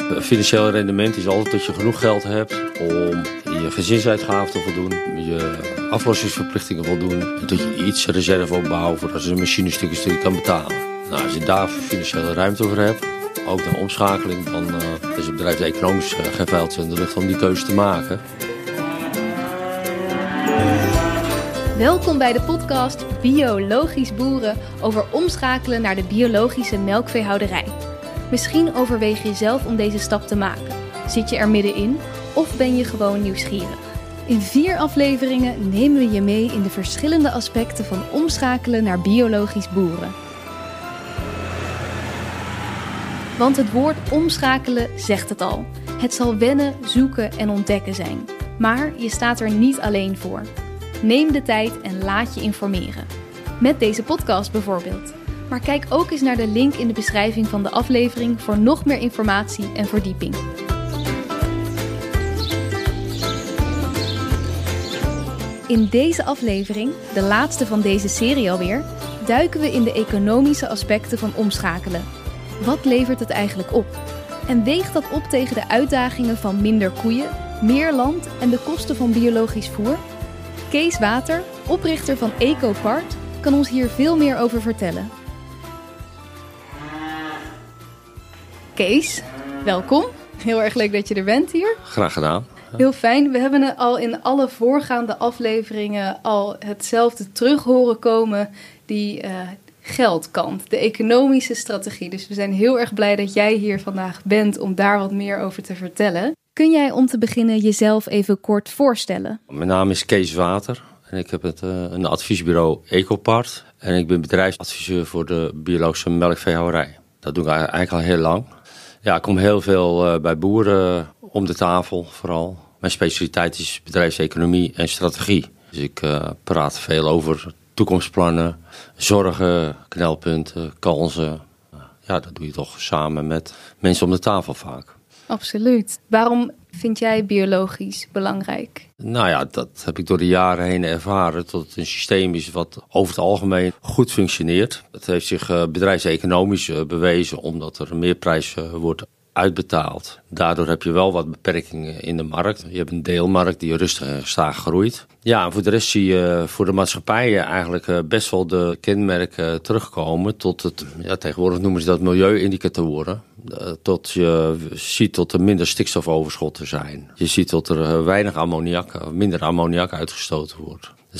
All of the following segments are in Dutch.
Financieel rendement is altijd dat je genoeg geld hebt om je gezinsuitgaven te voldoen, je aflossingsverplichtingen voldoen, dat je iets reserve opbouwt voor als je een machinestukje kan betalen. Nou, als je daar financiële ruimte over hebt, ook naar omschakeling, dan is het bedrijf economisch geen vuiltje in de lucht om die keuze te maken. Welkom bij de podcast Biologisch Boeren over omschakelen naar de biologische melkveehouderij. Misschien overweeg je zelf om deze stap te maken. Zit je er middenin of ben je gewoon nieuwsgierig? In 4 afleveringen nemen we je mee in de verschillende aspecten van omschakelen naar biologisch boeren. Want het woord omschakelen zegt het al. Het zal wennen, zoeken en ontdekken zijn. Maar je staat er niet alleen voor. Neem de tijd en laat je informeren. Met deze podcast bijvoorbeeld. Maar kijk ook eens naar de link in de beschrijving van de aflevering voor nog meer informatie en verdieping. In deze aflevering, de laatste van deze serie alweer, duiken we in de economische aspecten van omschakelen. Wat levert het eigenlijk op? En weegt dat op tegen de uitdagingen van minder koeien, meer land en de kosten van biologisch voer? Kees Water, oprichter van EcoPart, kan ons hier veel meer over vertellen. Kees, welkom. Heel erg leuk dat je er bent hier. Graag gedaan. Heel fijn. We hebben al in alle voorgaande afleveringen al hetzelfde terug horen komen, die geldkant, de economische strategie. Dus we zijn heel erg blij dat jij hier vandaag bent om daar wat meer over te vertellen. Kun jij om te beginnen jezelf even kort voorstellen? Mijn naam is Kees Water en ik heb een adviesbureau EcoPart. En ik ben bedrijfsadviseur voor de biologische melkveehouderij. Dat doe ik eigenlijk al heel lang. Ja, ik kom heel veel bij boeren om de tafel vooral. Mijn specialiteit is bedrijfseconomie en strategie. Dus ik praat veel over toekomstplannen, zorgen, knelpunten, kansen. Ja, dat doe je toch samen met mensen om de tafel vaak. Absoluut. Waarom vind jij biologisch belangrijk? Nou ja, dat heb ik door de jaren heen ervaren tot het een systeem is wat over het algemeen goed functioneert. Het heeft zich bedrijfseconomisch bewezen omdat er meer prijs wordt uitbetaald. Daardoor heb je wel wat beperkingen in de markt. Je hebt een deelmarkt die rustig en gestaag groeit. Ja, en voor de rest zie je voor de maatschappijen eigenlijk best wel de kenmerken terugkomen tot het, ja, tegenwoordig noemen ze dat milieuindicatoren. Tot je ziet dat er minder stikstofoverschotten zijn. Je ziet dat er minder ammoniak uitgestoten wordt. De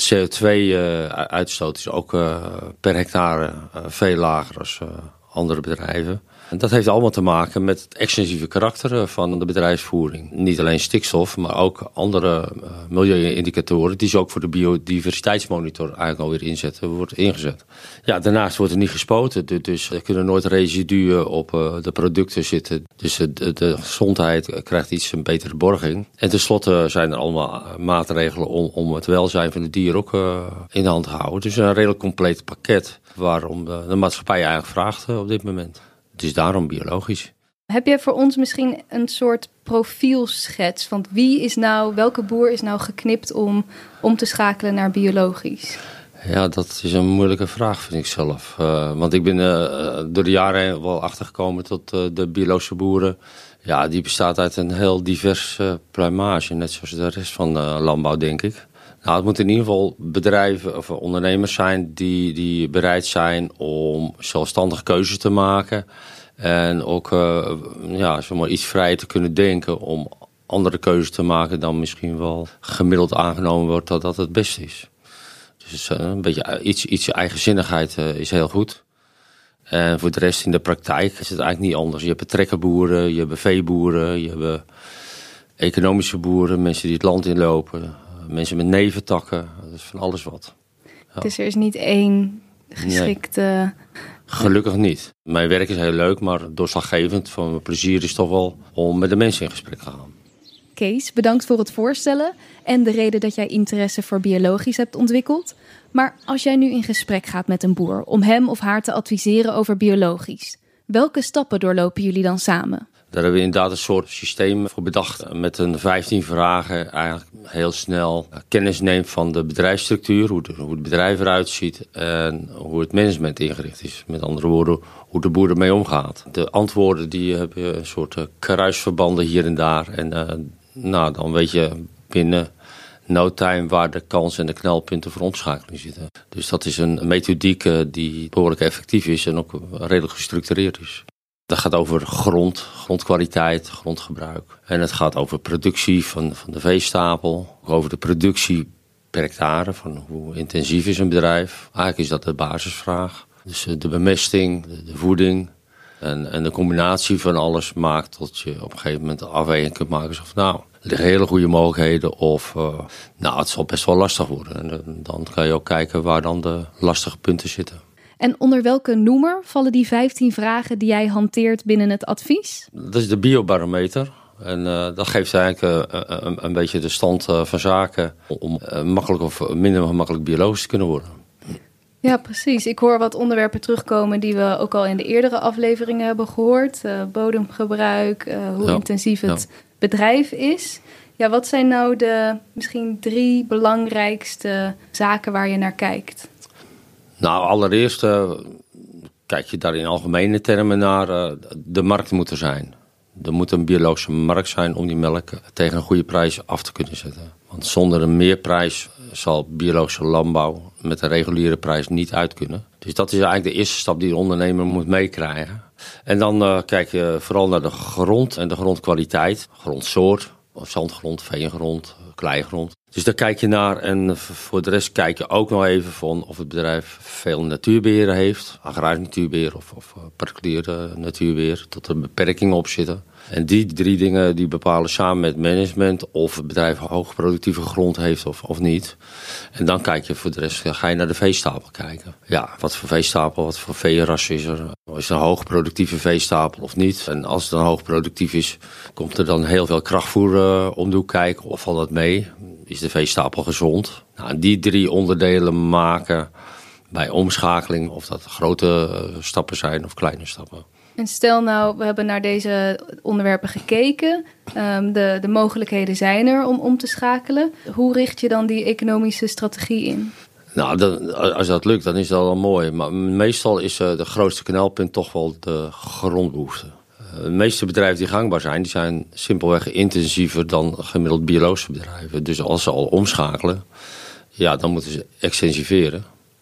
CO2-uitstoot is ook per hectare veel lager dan andere bedrijven. En dat heeft allemaal te maken met het extensieve karakter van de bedrijfsvoering. Niet alleen stikstof, maar ook andere milieuindicatoren die ze ook voor de biodiversiteitsmonitor eigenlijk alweer wordt ingezet. Ja, daarnaast wordt er niet gespoten, dus er kunnen nooit residuen op de producten zitten. Dus de gezondheid krijgt een betere borging. En tenslotte zijn er allemaal maatregelen om het welzijn van de dier ook in de hand te houden. Dus een redelijk compleet pakket waarom de maatschappij eigenlijk vraagt op dit moment. Het is daarom biologisch. Heb je voor ons misschien een soort profielschets van welke boer is nou geknipt om te schakelen naar biologisch? Ja, dat is een moeilijke vraag, vind ik zelf. Want ik ben door de jaren heen wel achtergekomen tot de biologische boeren. Ja, die bestaat uit een heel divers pluimage, net zoals de rest van de landbouw, denk ik. Nou, het moeten in ieder geval bedrijven of ondernemers zijn die bereid zijn om zelfstandig keuzes te maken. En ook iets vrijer te kunnen denken om andere keuzes te maken dan misschien wel gemiddeld aangenomen wordt dat dat het beste is. Dus een beetje iets eigenzinnigheid is heel goed. En voor de rest in de praktijk is het eigenlijk niet anders. Je hebt trekkerboeren, je hebt veeboeren, je hebt economische boeren, mensen die het land inlopen. Mensen met neventakken, dat is van alles wat. Ja. Dus er is niet één geschikte... Nee. Gelukkig niet. Mijn werk is heel leuk, maar doorslaggevend van mijn plezier is toch wel om met de mensen in gesprek te gaan. Kees, bedankt voor het voorstellen en de reden dat jij interesse voor biologisch hebt ontwikkeld. Maar als jij nu in gesprek gaat met een boer om hem of haar te adviseren over biologisch, welke stappen doorlopen jullie dan samen? Daar hebben we inderdaad een soort systeem voor bedacht. Met een 15 vragen eigenlijk heel snel kennis neemt van de bedrijfsstructuur. Hoe het bedrijf eruit ziet en hoe het management ingericht is. Met andere woorden, hoe de boer ermee omgaat. De antwoorden die hebben een soort kruisverbanden hier en daar. En dan weet je binnen no time waar de kans en de knelpunten voor omschakeling zitten. Dus dat is een methodiek die behoorlijk effectief is en ook redelijk gestructureerd is. Dat gaat over grondkwaliteit, grondgebruik. En het gaat over productie van de veestapel. Over de productie per hectare, van hoe intensief is een bedrijf. Eigenlijk is dat de basisvraag. Dus de bemesting, de voeding en de combinatie van alles maakt tot je op een gegeven moment een afweging kunt maken. Of er liggen hele goede mogelijkheden of het zal best wel lastig worden. En dan kan je ook kijken waar dan de lastige punten zitten. En onder welke noemer vallen die 15 vragen die jij hanteert binnen het advies? Dat is de biobarometer. En dat geeft eigenlijk een beetje de stand van zaken om makkelijk of minder makkelijk biologisch te kunnen worden. Ja, precies. Ik hoor wat onderwerpen terugkomen die we ook al in de eerdere afleveringen hebben gehoord. Bodemgebruik, hoe intensief het bedrijf is. Ja, wat zijn nou de misschien 3 belangrijkste zaken waar je naar kijkt? Nou, allereerst kijk je daar in algemene termen naar. De markt moet er zijn. Er moet een biologische markt zijn om die melk tegen een goede prijs af te kunnen zetten. Want zonder een meerprijs zal biologische landbouw met een reguliere prijs niet uit kunnen. Dus dat is eigenlijk de eerste stap die de ondernemer moet meekrijgen. En dan kijk je vooral naar de grond en de grondkwaliteit. Grondsoort, zandgrond, veengrond, kleigrond. Dus daar kijk je naar en voor de rest kijk je ook nog even van of het bedrijf veel natuurbeheer heeft. Agrarisch natuurbeheer of particuliere natuurbeheer, tot er beperkingen op zitten. En die 3 dingen die bepalen samen met management of het bedrijf hoogproductieve grond heeft of niet. En dan kijk je voor de rest, ga je naar de veestapel kijken. Ja, wat voor veestapel, wat voor veeras is er? Is het een hoogproductieve veestapel of niet? En als het dan hoogproductief is, komt er dan heel veel krachtvoer om de hoek kijken of valt dat mee? Is de veestapel gezond? Nou, die 3 onderdelen maken bij omschakeling of dat grote stappen zijn of kleine stappen. En stel nou, we hebben naar deze onderwerpen gekeken. De mogelijkheden zijn er om te schakelen. Hoe richt je dan die economische strategie in? Nou, als dat lukt, dan is dat al mooi. Maar meestal is de grootste knelpunt toch wel de grondbehoefte. De meeste bedrijven die gangbaar zijn, die zijn simpelweg intensiever dan gemiddeld biologische bedrijven. Dus als ze al omschakelen, dan moeten ze extensiveren.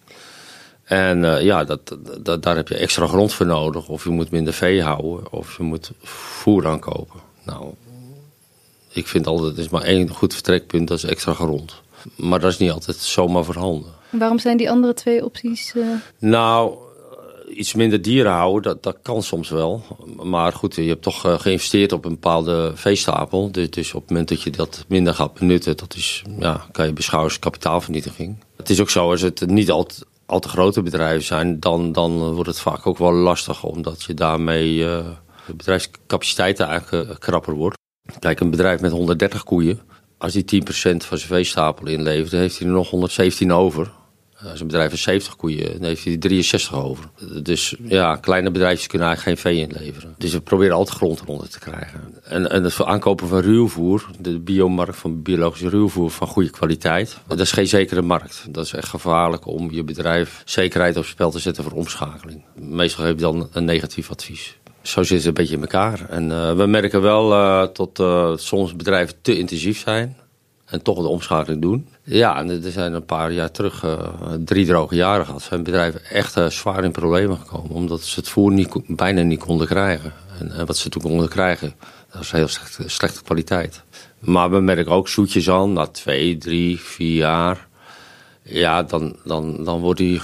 En daar heb je extra grond voor nodig. Of je moet minder vee houden, of je moet voer aankopen. Nou, ik vind altijd, er is maar 1 goed vertrekpunt, dat is extra grond. Maar dat is niet altijd zomaar voorhanden. En waarom zijn die andere 2 opties? Nou, iets minder dieren houden, dat kan soms wel. Maar goed, je hebt toch geïnvesteerd op een bepaalde veestapel. Dus op het moment dat je dat minder gaat benutten, dat is, kan je beschouwen als kapitaalvernietiging. Het is ook zo, als het niet al te grote bedrijven zijn, dan wordt het vaak ook wel lastig, omdat je daarmee de bedrijfscapaciteit eigenlijk krapper wordt. Kijk, een bedrijf met 130 koeien, als die 10% van zijn veestapel inlevert, dan heeft hij er nog 117 over. Als een bedrijf van 70 koeien, dan heeft hij er 63 over. Dus kleine bedrijfjes kunnen eigenlijk geen vee inleveren. Dus we proberen altijd grond eronder te krijgen. En het aankopen van ruwvoer, de biomarkt van biologische ruwvoer van goede kwaliteit, dat is geen zekere markt. Dat is echt gevaarlijk om je bedrijf zekerheid op spel te zetten voor omschakeling. Meestal heb je dan een negatief advies. Zo zit het een beetje in elkaar. En we merken wel dat soms bedrijven te intensief zijn en toch de omschakeling doen. Ja, en er zijn een paar jaar terug 3 droge jaren gehad. Zijn bedrijven echt zwaar in problemen gekomen, omdat ze het voer bijna niet konden krijgen. En wat ze toen konden krijgen, dat was heel slechte kwaliteit. Maar we merken ook zoetjes aan, na 2, 3, 4 jaar. Ja, dan wordt die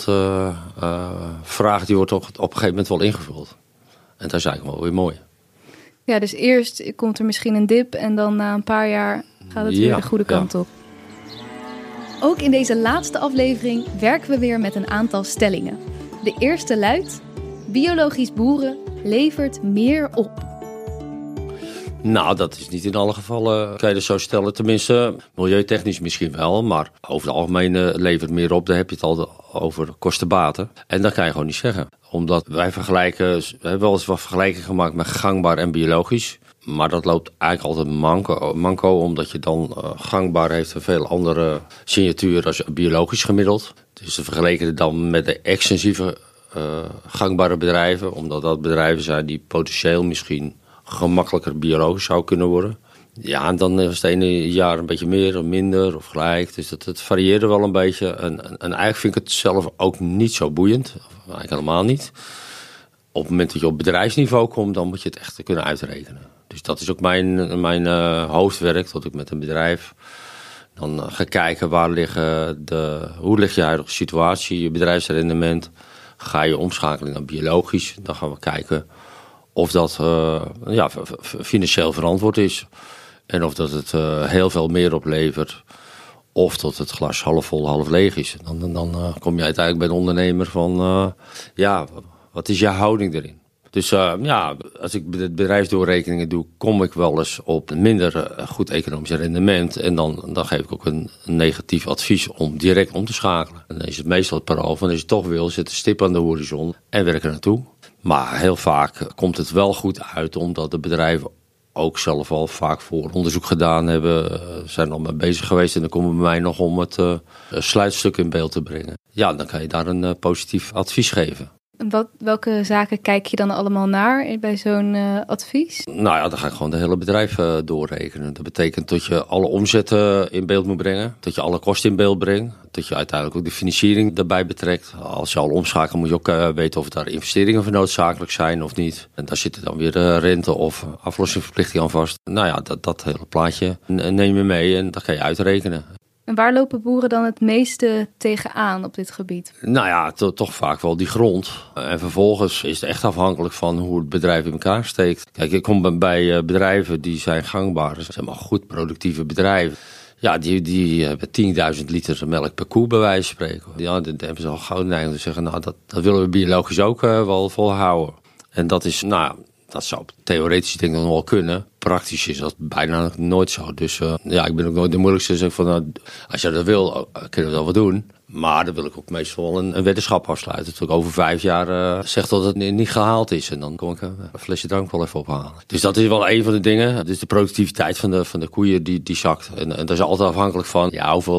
grondvraag die wordt op een gegeven moment wel ingevuld. En dat is eigenlijk wel weer mooi. Ja, dus eerst komt er misschien een dip en dan na een paar jaar gaat het weer de goede kant op. Ook in deze laatste aflevering werken we weer met een aantal stellingen. De eerste luidt: biologisch boeren levert meer op. Nou, dat is niet in alle gevallen, kan je dat zo stellen. Tenminste, milieutechnisch misschien wel, maar over het algemeen levert het meer op. Dan heb je het al over kosten-baten. En dat kan je gewoon niet zeggen. Omdat wij vergelijken, we hebben wel eens wat vergelijking gemaakt met gangbaar en biologisch. Maar dat loopt eigenlijk altijd manco omdat je dan gangbaar heeft een veel andere signatuur als biologisch gemiddeld. Dus we vergelijken het dan met de extensieve gangbare bedrijven, omdat dat bedrijven zijn die potentieel misschien gemakkelijker biologisch zou kunnen worden. Ja, en dan is het ene jaar een beetje meer of minder of gelijk. Dus het varieerde wel een beetje. En eigenlijk vind ik het zelf ook niet zo boeiend. Eigenlijk helemaal niet. Op het moment dat je op bedrijfsniveau komt, dan moet je het echt kunnen uitrekenen. Dus dat is ook mijn hoofdwerk, dat ik met een bedrijf dan ga kijken hoe ligt je huidige situatie, je bedrijfsrendement. Ga je omschakeling naar biologisch, dan gaan we kijken of dat financieel verantwoord is. En of dat het heel veel meer oplevert. Of dat het glas half vol, half leeg is. Dan kom je uiteindelijk bij de ondernemer van wat is jouw houding erin? Dus als ik de bedrijfsdoorrekeningen doe, kom ik wel eens op een minder goed economisch rendement. En dan geef ik ook een negatief advies om direct om te schakelen. En dan is het meestal het parool van als je toch wil, zet een stip aan de horizon en werk er naartoe. Maar heel vaak komt het wel goed uit, omdat de bedrijven ook zelf al vaak voor onderzoek gedaan hebben. Zijn al mee bezig geweest en dan komen bij mij nog om het sluitstuk in beeld te brengen. Ja, dan kan je daar een positief advies geven. Welke zaken kijk je dan allemaal naar bij zo'n advies? Nou ja, dan ga ik gewoon de hele bedrijf doorrekenen. Dat betekent dat je alle omzetten in beeld moet brengen. Dat je alle kosten in beeld brengt. Dat je uiteindelijk ook de financiering erbij betrekt. Als je al omschakelt moet je ook weten of daar investeringen voor noodzakelijk zijn of niet. En daar zitten dan weer rente of aflossingsverplichting aan vast. Nou ja, dat hele plaatje neem je mee en dat kan je uitrekenen. En waar lopen boeren dan het meeste tegenaan op dit gebied? Nou ja, toch vaak wel die grond. En vervolgens is het echt afhankelijk van hoe het bedrijf in elkaar steekt. Kijk, ik kom bij bedrijven die zijn gangbaar. Dat zijn maar goed productieve bedrijven. Ja, die hebben 10.000 liter melk per koe bij wijze van spreken. Ja, dan hebben ze al gauw neiging te zeggen, nou, dat willen we biologisch ook wel volhouden. En dat is, dat zou theoretisch denk ik nog wel kunnen. Praktisch is dat bijna nooit zo. Dus ik ben ook nooit de moeilijkste. Zeg van, als je dat wil, kunnen we dat wel doen. Maar dan wil ik ook meestal wel een weddenschap afsluiten. Dat ik over 5 jaar zeg dat het niet gehaald is. En dan kom ik een flesje drank wel even ophalen. Dus dat is wel een van de dingen. Dus de productiviteit van de koeien die zakt. En dat is altijd afhankelijk van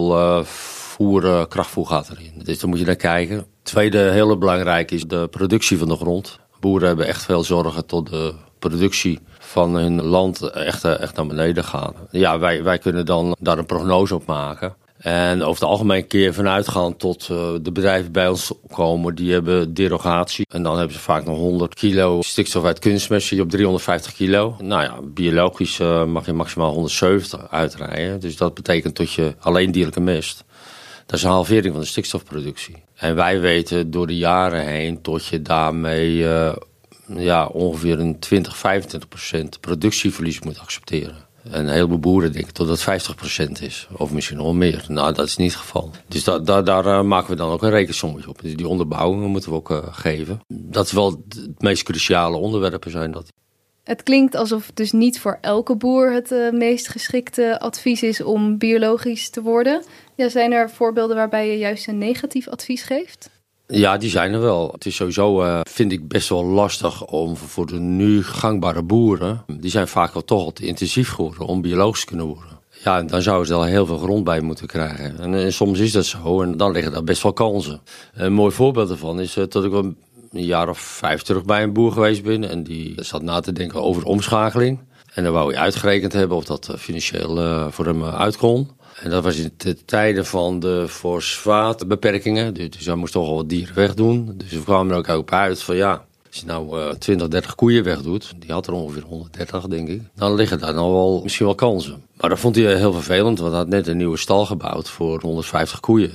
hoeveel krachtvoer gaat erin. Dus daar moet je naar kijken. Tweede hele belangrijk is de productie van de grond. Boeren hebben echt veel zorgen tot de productie van hun land echt naar beneden gaan. Ja, wij kunnen dan daar een prognose op maken. En over het algemeen keer vanuit gaan tot de bedrijven bij ons komen. Die hebben derogatie. En dan hebben ze vaak nog 100 kilo stikstof uit kunstmest op 350 kilo. Nou ja, biologisch mag je maximaal 170 uitrijden. Dus dat betekent dat je alleen dierlijke mest. Dat is een halvering van de stikstofproductie. En wij weten door de jaren heen dat je daarmee ongeveer een 20-25% productieverlies moet accepteren. En een heleboel boeren denken dat dat 50% is. Of misschien nog meer. Nou, dat is niet het geval. Dus daar maken we dan ook een rekensommetje op. Dus die onderbouwingen moeten we ook geven. Dat is wel het meest cruciale onderwerpen zijn dat. Het klinkt alsof het dus niet voor elke boer het meest geschikte advies is om biologisch te worden. Ja, zijn er voorbeelden waarbij je juist een negatief advies geeft? Ja, die zijn er wel. Het is sowieso, vind ik, best wel lastig om voor de nu gangbare boeren. Die zijn vaak wel toch al te intensief geworden om biologisch te kunnen worden. Ja, en dan zouden ze er heel veel grond bij moeten krijgen. En soms is dat zo en dan liggen daar best wel kansen. Een mooi voorbeeld daarvan is dat ik wel een jaar of 5 terug bij een boer geweest ben. En die zat na te denken over omschakeling. En dan wou hij uitgerekend hebben of dat financieel voor hem uit kon. En dat was in de tijden van de fosfaatbeperkingen. Dus hij moest toch al wat dieren wegdoen. Dus we kwamen er ook op uit van als je nou 20, 30 koeien wegdoet, die had er ongeveer 130 denk ik, dan liggen daar nog wel misschien wel kansen. Maar dat vond hij heel vervelend, want hij had net een nieuwe stal gebouwd voor 150 koeien.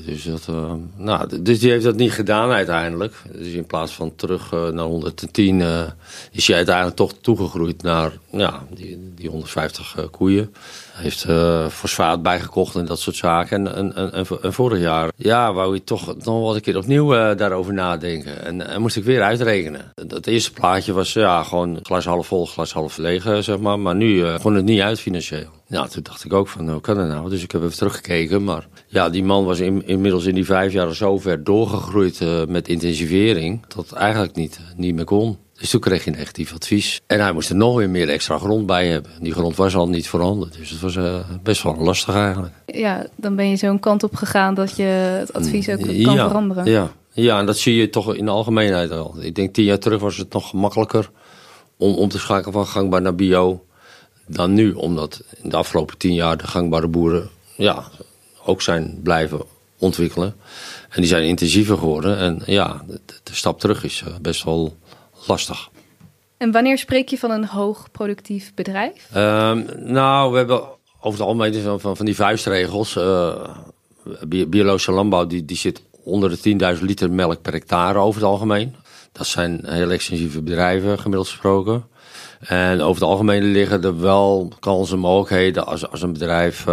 Dus die heeft dat niet gedaan uiteindelijk. Dus in plaats van terug naar 110 is hij uiteindelijk toch toegegroeid naar die 150 koeien. Hij heeft fosfaat bijgekocht en dat soort zaken. En vorig jaar wou hij toch nog wel een keer opnieuw daarover nadenken. En moest ik weer uitrekenen. Het eerste plaatje was gewoon glas half vol, glas half leeg, zeg maar. Maar nu kon het niet uit financieel. Ja, toen dacht ik ook van, hoe kan dat nou? Dus ik heb even teruggekeken. Maar ja, die man was inmiddels in die 5 jaar zo ver doorgegroeid met intensivering, dat het eigenlijk niet meer kon. Dus toen kreeg je negatief advies. En hij moest er nog weer meer extra grond bij hebben. Die grond was al niet voorhanden. Dus het was best wel lastig eigenlijk. Ja, dan ben je zo'n kant op gegaan dat je het advies ook kan veranderen. Ja, en dat zie je toch in de algemeenheid wel. Ik denk 10 jaar terug was het nog gemakkelijker om te schakelen van gangbaar naar bio dan nu. Omdat in de afgelopen 10 jaar de gangbare boeren ook zijn blijven ontwikkelen. En die zijn intensiever geworden. En ja, de stap terug is best wel lastig. En wanneer spreek je van een hoogproductief bedrijf? Nou, we hebben over het algemeen van die vuistregels. Biologische landbouw die zit onder de 10.000 liter melk per hectare over het algemeen. Dat zijn heel extensieve bedrijven, gemiddeld gesproken. En over het algemeen liggen er wel kansen en mogelijkheden als een bedrijf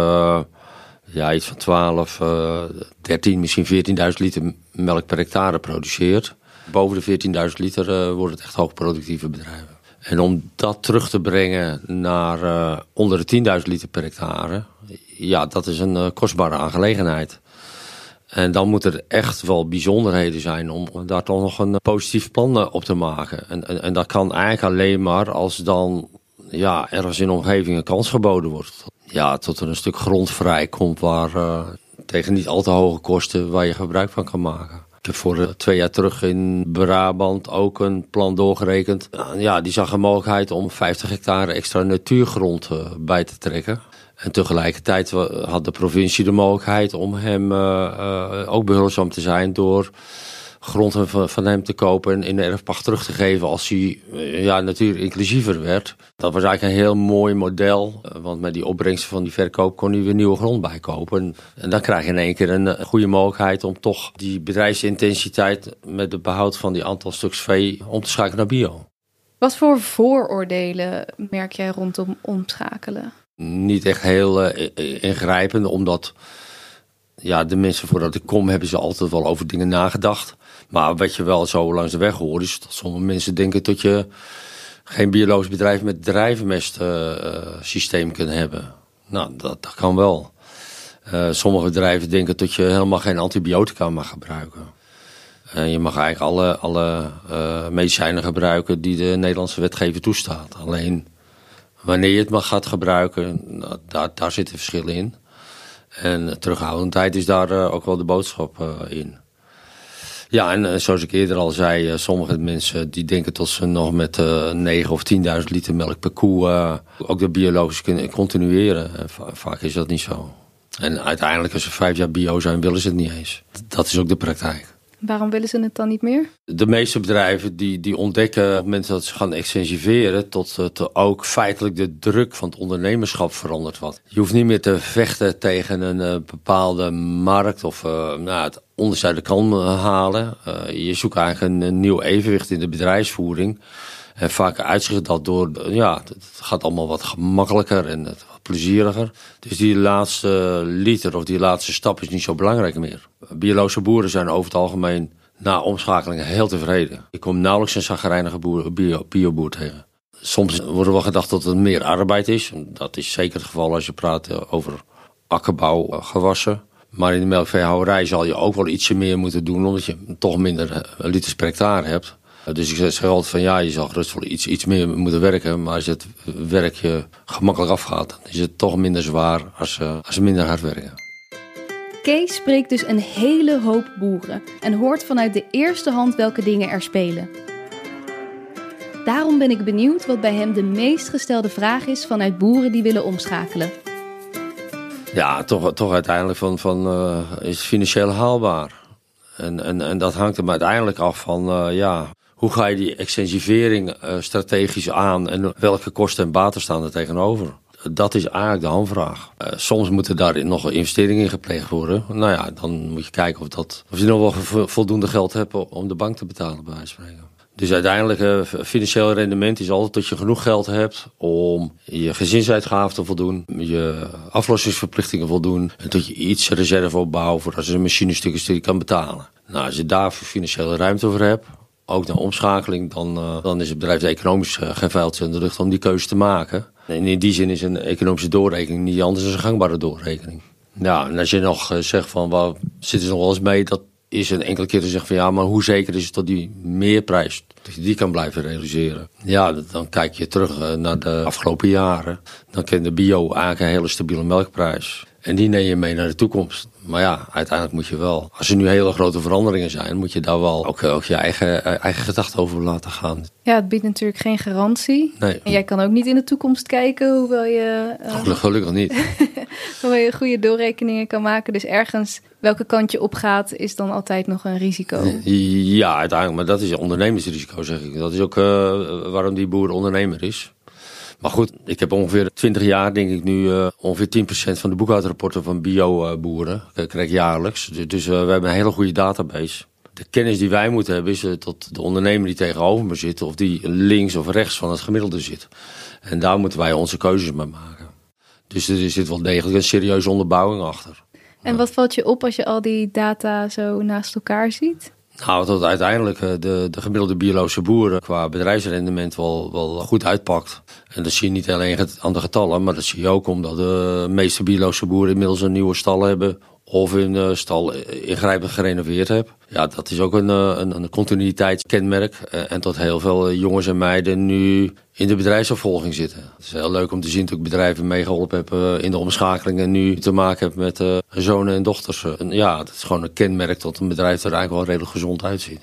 iets van 12, 13, misschien 14.000 liter melk per hectare produceert. Boven de 14.000 liter wordt het echt hoogproductieve bedrijven. En om dat terug te brengen naar onder de 10.000 liter per hectare, ja, dat is een kostbare aangelegenheid. En dan moeten er echt wel bijzonderheden zijn om daar toch nog een positief plan op te maken. En dat kan eigenlijk alleen maar als dan ergens in de omgeving een kans geboden wordt. Ja, tot er een stuk grond vrijkomt waar tegen niet al te hoge kosten waar je gebruik van kan maken. Ik heb voor 2 jaar terug in Brabant ook een plan doorgerekend. Ja, die zag een mogelijkheid om 50 hectare extra natuurgrond bij te trekken. En tegelijkertijd had de provincie de mogelijkheid om hem ook behulpzaam te zijn door grond van hem te kopen en in de erfpacht terug te geven als hij natuurinclusiever werd. Dat was eigenlijk een heel mooi model, want met die opbrengsten van die verkoop kon hij weer nieuwe grond bijkopen. En dan krijg je in één keer een goede mogelijkheid om toch die bedrijfsintensiteit met het behoud van die aantal stuks vee om te schakelen naar bio. Wat voor vooroordelen merk jij rondom omschakelen? Niet echt heel ingrijpend, omdat de mensen voordat ik kom hebben ze altijd wel over dingen nagedacht. Maar wat je wel zo langs de weg hoort is dat sommige mensen denken dat je geen biologisch bedrijf met drijvenmest systeem kunt hebben. Nou, dat kan wel. Sommige bedrijven denken dat je helemaal geen antibiotica mag gebruiken. Je mag eigenlijk alle medicijnen gebruiken die de Nederlandse wetgever toestaat. Alleen wanneer je het mag gaat gebruiken, daar zitten verschillen in. En terughoudendheid is daar ook wel de boodschap in. Ja, en zoals ik eerder al zei, sommige mensen die denken dat ze nog met 9 of 10.000 liter melk per koe ook de biologisch kunnen continueren. En vaak is dat niet zo. En uiteindelijk als ze 5 jaar bio zijn, willen ze het niet eens. Dat is ook de praktijk. Waarom willen ze het dan niet meer? De meeste bedrijven die ontdekken op het moment dat ze gaan extensiveren tot ook feitelijk de druk van het ondernemerschap verandert wat. Je hoeft niet meer te vechten tegen een bepaalde markt of het onderste uit de kan halen. Je zoekt eigenlijk een nieuw evenwicht in de bedrijfsvoering. En vaak uitzicht dat door, het gaat allemaal wat gemakkelijker en wat plezieriger. Dus die laatste liter of die laatste stap is niet zo belangrijk meer. Biologische boeren zijn over het algemeen na omschakeling heel tevreden. Ik kom nauwelijks een chagrijnige bioboer tegen. Soms wordt er wel gedacht dat het meer arbeid is. Dat is zeker het geval als je praat over akkerbouwgewassen. Maar in de melkveehouderij zal je ook wel ietsje meer moeten doen, omdat je toch minder liters per hectare hebt. Dus ik zeg altijd van je zal gerust wel iets meer moeten werken. Maar als het werk je gemakkelijk afgaat, dan is het toch minder zwaar als ze minder hard werken. Kees spreekt dus een hele hoop boeren en hoort vanuit de eerste hand welke dingen er spelen. Daarom ben ik benieuwd wat bij hem de meest gestelde vraag is vanuit boeren die willen omschakelen. Ja, toch uiteindelijk van is het financieel haalbaar? En dat hangt er maar uiteindelijk af van hoe ga je die extensivering strategisch aan en welke kosten en baten staan er tegenover? Dat is eigenlijk de hamvraag. Soms moeten daar nog investeringen in gepleegd worden. Nou ja, dan moet je kijken of je nog wel voldoende geld hebt om de bank te betalen, bij wijze van spreken. Dus uiteindelijk, financieel rendement is altijd dat je genoeg geld hebt om je gezinsuitgaven te voldoen, je aflossingsverplichtingen voldoen en dat je iets reserve opbouwt voor als je een machinestuk kan betalen. Nou, als je daar financiële ruimte voor hebt, ook naar omschakeling, dan is het bedrijf economisch geen vuiltje in de lucht om die keuze te maken. En in die zin is een economische doorrekening niet anders dan een gangbare doorrekening. Ja, en als je nog zegt van, waar zit er nog wel eens mee, dat is een enkele keer te zeggen van ja, maar hoe zeker is het dat die meerprijs, dat je die kan blijven realiseren? Ja, dan kijk je terug naar de afgelopen jaren. Dan kent de bio eigenlijk een hele stabiele melkprijs. En die neem je mee naar de toekomst. Maar ja, uiteindelijk moet je wel, als er nu hele grote veranderingen zijn, moet je daar wel ook je eigen gedachten over laten gaan. Ja, het biedt natuurlijk geen garantie. Nee. En jij kan ook niet in de toekomst kijken, hoewel je Gelukkig niet. hoewel je goede doorrekeningen kan maken. Dus ergens welke kant je opgaat, is dan altijd nog een risico. Ja, uiteindelijk, maar dat is ondernemersrisico, zeg ik. Dat is ook waarom die boer ondernemer is. Maar goed, ik heb ongeveer 20 jaar, denk ik nu, ongeveer 10% van de boekhoudrapporten van bio-boeren krijg ik jaarlijks. Dus we hebben een hele goede database. De kennis die wij moeten hebben is tot de ondernemer die tegenover me zit, of die links of rechts van het gemiddelde zit. En daar moeten wij onze keuzes mee maken. Dus er zit wel degelijk een serieuze onderbouwing achter. En wat valt je op als je al die data zo naast elkaar ziet? Nou, dat uiteindelijk de gemiddelde biologische boeren qua bedrijfsrendement wel goed uitpakt. En dat zie je niet alleen aan de getallen, maar dat zie je ook omdat de meeste biologische boeren inmiddels een nieuwe stal hebben of hun stal ingrijpend gerenoveerd hebben. Ja, dat is ook een continuïteitskenmerk. En tot heel veel jongens en meiden nu in de bedrijfsopvolging zitten. Het is heel leuk om te zien dat ik bedrijven meegeholpen heb in de omschakeling en nu te maken heb met zonen en dochters. Ja, dat is gewoon een kenmerk dat een bedrijf er eigenlijk wel redelijk gezond uitziet.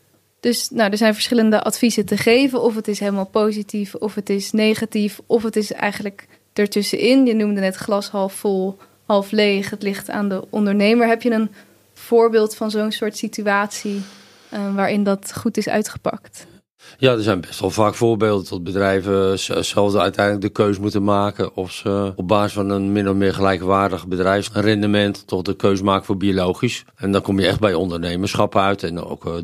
Dus er zijn verschillende adviezen te geven. Of het is helemaal positief, of het is negatief, of het is eigenlijk ertussenin. Je noemde net glas half vol, half leeg. Het ligt aan de ondernemer. Heb je een voorbeeld van zo'n soort situatie waarin dat goed is uitgepakt? Ja, er zijn best wel vaak voorbeelden dat bedrijven zelf uiteindelijk de keus moeten maken of ze op basis van een min of meer gelijkwaardig bedrijfsrendement toch de keus maken voor biologisch. En dan kom je echt bij ondernemerschap uit en ook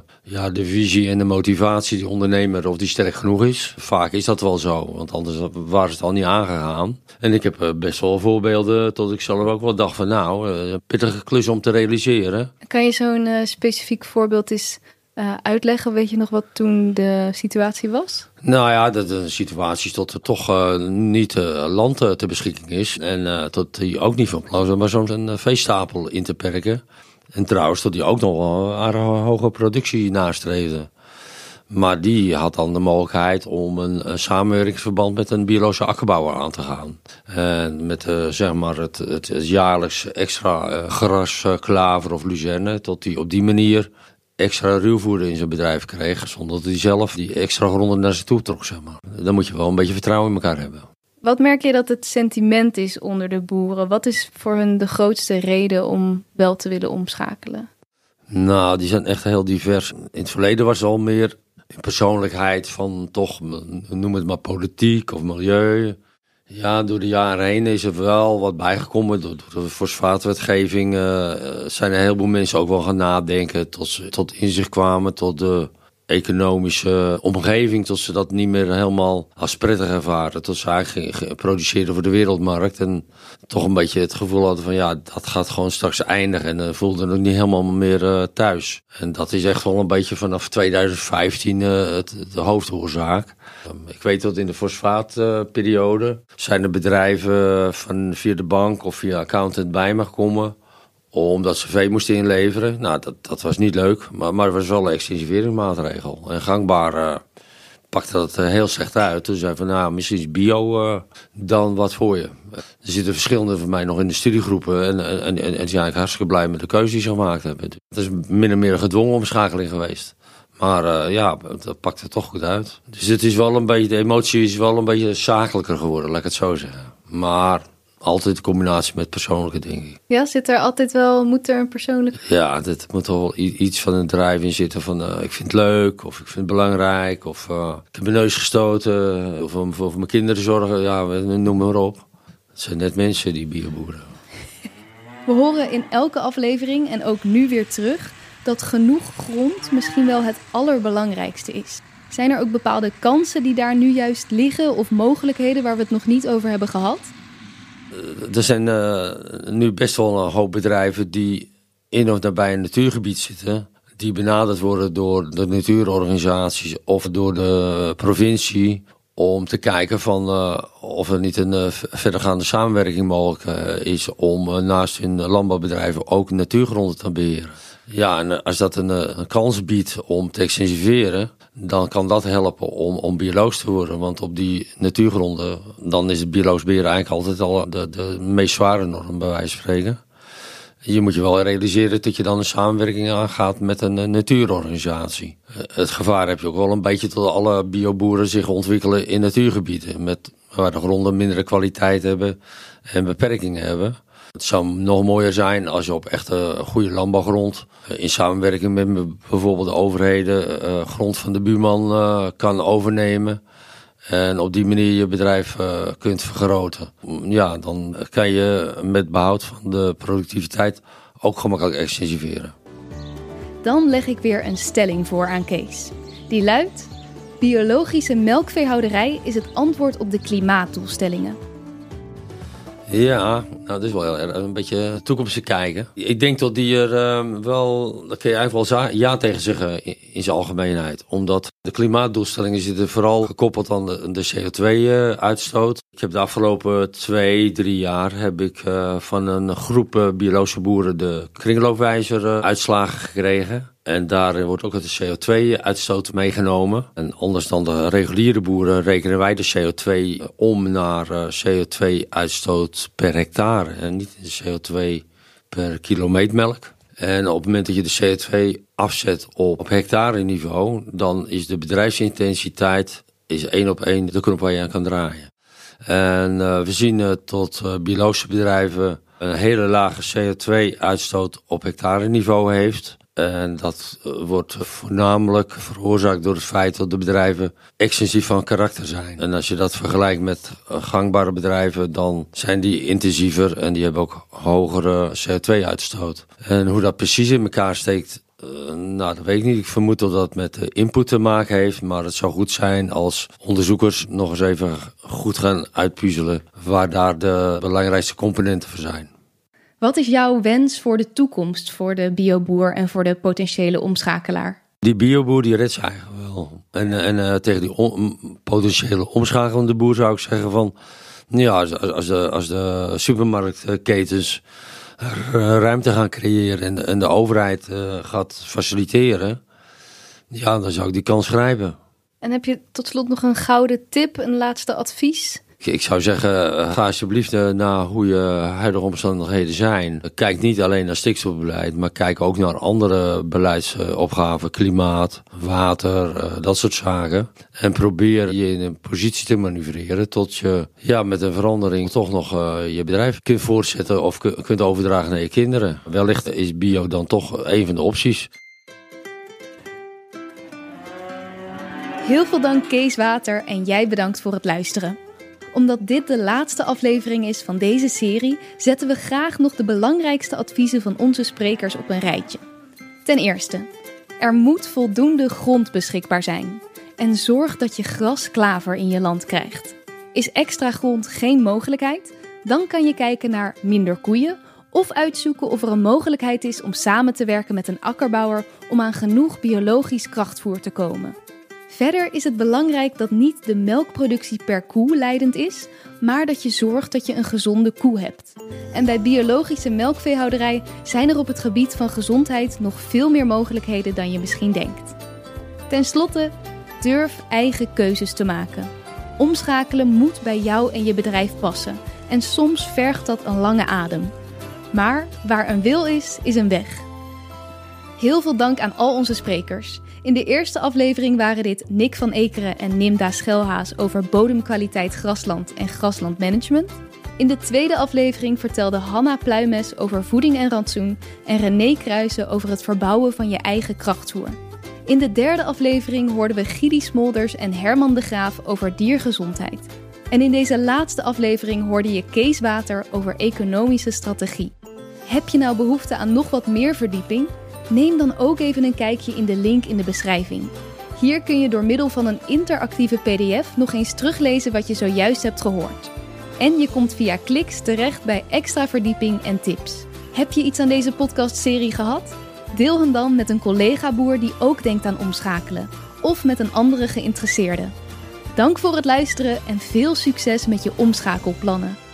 de visie en de motivatie die ondernemer of die sterk genoeg is. Vaak is dat wel zo, want anders waren ze het al niet aangegaan. En ik heb best wel voorbeelden tot ik zelf ook wel dacht van een pittige klus om te realiseren. Kan je zo'n specifiek voorbeeld eens uitleggen? Weet je nog wat toen de situatie was? Nou ja, de situatie is dat er toch niet land ter beschikking is. En tot die ook niet van plan is om zo'n veestapel in te perken. En trouwens, dat die ook nog wel een hoge productie nastreefde. Maar die had dan de mogelijkheid om een samenwerkingsverband met een biologische akkerbouwer aan te gaan. En met het jaarlijks extra gras, klaver of luzerne, tot die op die manier extra ruwvoer in zijn bedrijf kreeg, zonder dat hij zelf die extra gronden naar zich toe trok, zeg maar. Dan moet je wel een beetje vertrouwen in elkaar hebben. Wat merk je dat het sentiment is onder de boeren? Wat is voor hun de grootste reden om wel te willen omschakelen? Nou, die zijn echt heel divers. In het verleden was het al meer persoonlijkheid van toch, noem het maar politiek of milieu. Ja, door de jaren heen is er wel wat bijgekomen. Door de fosfaatwetgeving zijn een heleboel mensen ook wel gaan nadenken tot ze tot inzicht kwamen, tot de economische omgeving, tot ze dat niet meer helemaal als prettig ervaren. Tot ze eigenlijk produceerden voor de wereldmarkt en toch een beetje het gevoel hadden van dat gaat gewoon straks eindigen en voelden ook niet helemaal meer thuis. En dat is echt wel een beetje vanaf 2015 de hoofdoorzaak. Ik weet dat in de fosfaatperiode zijn er bedrijven via de bank of via accountant bij me gekomen omdat ze vee moesten inleveren. Nou, dat was niet leuk, maar het was wel een extensiveringsmaatregel. En gangbaar pakte dat heel slecht uit. Toen zei van, misschien is bio dan wat voor je. Er zitten verschillende van mij nog in de studiegroepen en die zijn eigenlijk hartstikke blij met de keuze die ze gemaakt hebben. Het is min of meer een gedwongen omschakeling geweest. Maar dat pakte toch goed uit. Dus het is wel een beetje, de emotie is wel een beetje zakelijker geworden, laat ik het zo zeggen. Maar altijd in combinatie met persoonlijke dingen. Ja, moet er een persoonlijke... Ja, er moet toch wel iets van een drive in zitten van ik vind het leuk of ik vind het belangrijk of ik heb mijn neus gestoten of voor mijn kinderen zorgen, noem maar op. Het zijn net mensen die bioboeren. We horen in elke aflevering en ook nu weer terug dat genoeg grond misschien wel het allerbelangrijkste is. Zijn er ook bepaalde kansen die daar nu juist liggen of mogelijkheden waar we het nog niet over hebben gehad? Er zijn nu best wel een hoop bedrijven die in of nabij een natuurgebied zitten, die benaderd worden door de natuurorganisaties of door de provincie, om te kijken van of er niet een verdergaande samenwerking mogelijk is om naast hun landbouwbedrijven ook natuurgronden te beheren. Ja, en als dat een kans biedt om te extensiveren, dan kan dat helpen om biologisch te worden. Want op die natuurgronden, dan is het biologisch beheren eigenlijk altijd al de meest zware norm, bij wijze van spreken. Je moet je wel realiseren dat je dan een samenwerking aangaat met een natuurorganisatie. Het gevaar heb je ook wel een beetje dat alle bioboeren zich ontwikkelen in natuurgebieden, waar de gronden mindere kwaliteit hebben en beperkingen hebben. Het zou nog mooier zijn als je op echt een goede landbouwgrond, in samenwerking met bijvoorbeeld de overheden, grond van de buurman kan overnemen. En op die manier je bedrijf kunt vergroten. Ja, dan kan je met behoud van de productiviteit ook gemakkelijk extensiveren. Dan leg ik weer een stelling voor aan Kees. Die luidt: biologische melkveehouderij is het antwoord op de klimaatdoelstellingen. Ja, nou, dat is wel een beetje toekomstig kijken. Ik denk dat die er daar kun je eigenlijk wel ja tegen zeggen in zijn algemeenheid. Omdat de klimaatdoelstellingen zitten vooral gekoppeld aan de CO2-uitstoot. Ik heb de afgelopen 2-3 jaar van een groep biologische boeren de kringloopwijzer-uitslagen gekregen. En daarin wordt ook het CO2-uitstoot meegenomen. En anders dan de reguliere boeren rekenen wij de CO2 om naar CO2-uitstoot per hectare. En niet de CO2 per kilometer melk. En op het moment dat je de CO2 afzet op hectare niveau, dan is de bedrijfsintensiteit 1 op 1 de knop waar je aan kan draaien. En we zien tot biologische bedrijven een hele lage CO2-uitstoot op hectare niveau heeft. En dat wordt voornamelijk veroorzaakt door het feit dat de bedrijven extensief van karakter zijn. En als je dat vergelijkt met gangbare bedrijven, dan zijn die intensiever en die hebben ook hogere CO2-uitstoot. En hoe dat precies in elkaar steekt, nou, dat weet ik niet. Ik vermoed dat dat met de input te maken heeft. Maar het zou goed zijn als onderzoekers nog eens even goed gaan uitpuzzelen waar daar de belangrijkste componenten voor zijn. Wat is jouw wens voor de toekomst, voor de bioboer en voor de potentiële omschakelaar? Die bioboer die redt ze eigenlijk wel. En tegen die potentiële omschakelende boer zou ik zeggen van, ja, als de supermarktketens ruimte gaan creëren en de overheid gaat faciliteren, ja, dan zou ik die kans grijpen. En heb je tot slot nog een gouden tip, een laatste advies? Ik zou zeggen, ga alsjeblieft naar hoe je huidige omstandigheden zijn. Kijk niet alleen naar stikstofbeleid, maar kijk ook naar andere beleidsopgaven, klimaat, water, dat soort zaken. En probeer je in een positie te manoeuvreren tot je met een verandering toch nog je bedrijf kunt voortzetten of kunt overdragen naar je kinderen. Wellicht is bio dan toch een van de opties. Heel veel dank Kees Water en jij bedankt voor het luisteren. Omdat dit de laatste aflevering is van deze serie, zetten we graag nog de belangrijkste adviezen van onze sprekers op een rijtje. Ten eerste, er moet voldoende grond beschikbaar zijn. En zorg dat je grasklaver in je land krijgt. Is extra grond geen mogelijkheid? Dan kan je kijken naar minder koeien of uitzoeken of er een mogelijkheid is om samen te werken met een akkerbouwer om aan genoeg biologisch krachtvoer te komen. Verder is het belangrijk dat niet de melkproductie per koe leidend is, maar dat je zorgt dat je een gezonde koe hebt. En bij biologische melkveehouderij zijn er op het gebied van gezondheid nog veel meer mogelijkheden dan je misschien denkt. Ten slotte, durf eigen keuzes te maken. Omschakelen moet bij jou en je bedrijf passen en soms vergt dat een lange adem. Maar waar een wil is, is een weg. Heel veel dank aan al onze sprekers. In de eerste aflevering waren dit Nick van Ekeren en Nimda Schelhaas over bodemkwaliteit grasland en graslandmanagement. In de tweede aflevering vertelde Hanna Pluimes over voeding en rantsoen en René Kruijsen over het verbouwen van je eigen krachtvoer. In de derde aflevering hoorden we Gidi Smolders en Herman de Graaf over diergezondheid. En in deze laatste aflevering hoorde je Kees Water over economische strategie. Heb je nou behoefte aan nog wat meer verdieping? Neem dan ook even een kijkje in de link in de beschrijving. Hier kun je door middel van een interactieve PDF nog eens teruglezen wat je zojuist hebt gehoord. En je komt via kliks terecht bij extra verdieping en tips. Heb je iets aan deze podcastserie gehad? Deel hen dan met een collega-boer die ook denkt aan omschakelen, of met een andere geïnteresseerde. Dank voor het luisteren en veel succes met je omschakelplannen.